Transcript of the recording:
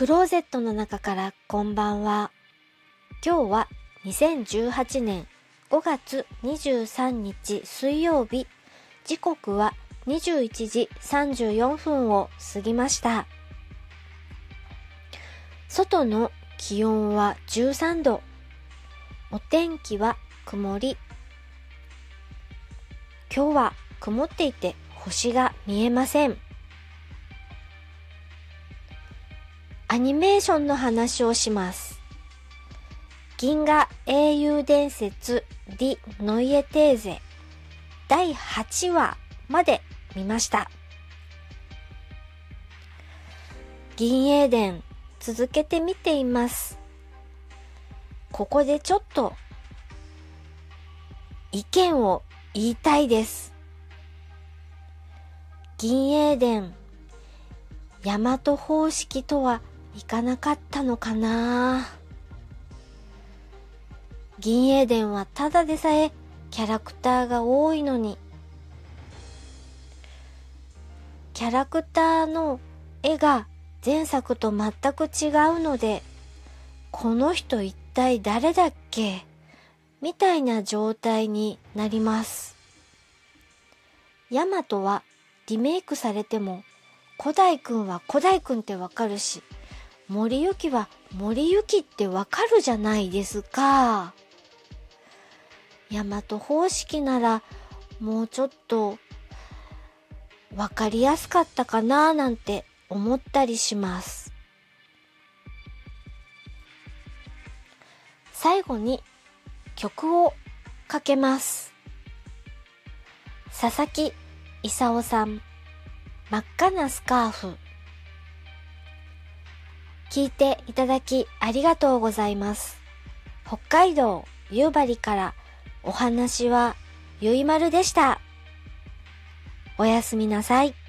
クローゼットの中からこんばんは。今日は2018年5月23日水曜日、時刻は21時34分を過ぎました。外の気温は13度。お天気は曇り。今日は曇っていて星が見えません。アニメーションの話をします。銀河英雄伝説ディ・ノイエテーゼ第8話まで見ました。銀英伝続けて見ています。ここでちょっと意見を言いたいです。銀英伝大和方式とはいかなかったのかな。銀英伝はただでさえキャラクターが多いのに、キャラクターの絵が前作と全く違うので、この人一体誰だっけみたいな状態になります。ヤマトはリメイクされても古代くんは古代くんってわかるし、森雪は森雪ってわかるじゃないですか。大和方式ならもうちょっとわかりやすかったかななんて思ったりします。最後に曲をかけます。佐々木勲さん、真っ赤なスカーフ。聞いていただきありがとうございます。北海道夕張からお話はゆいまるでした。おやすみなさい。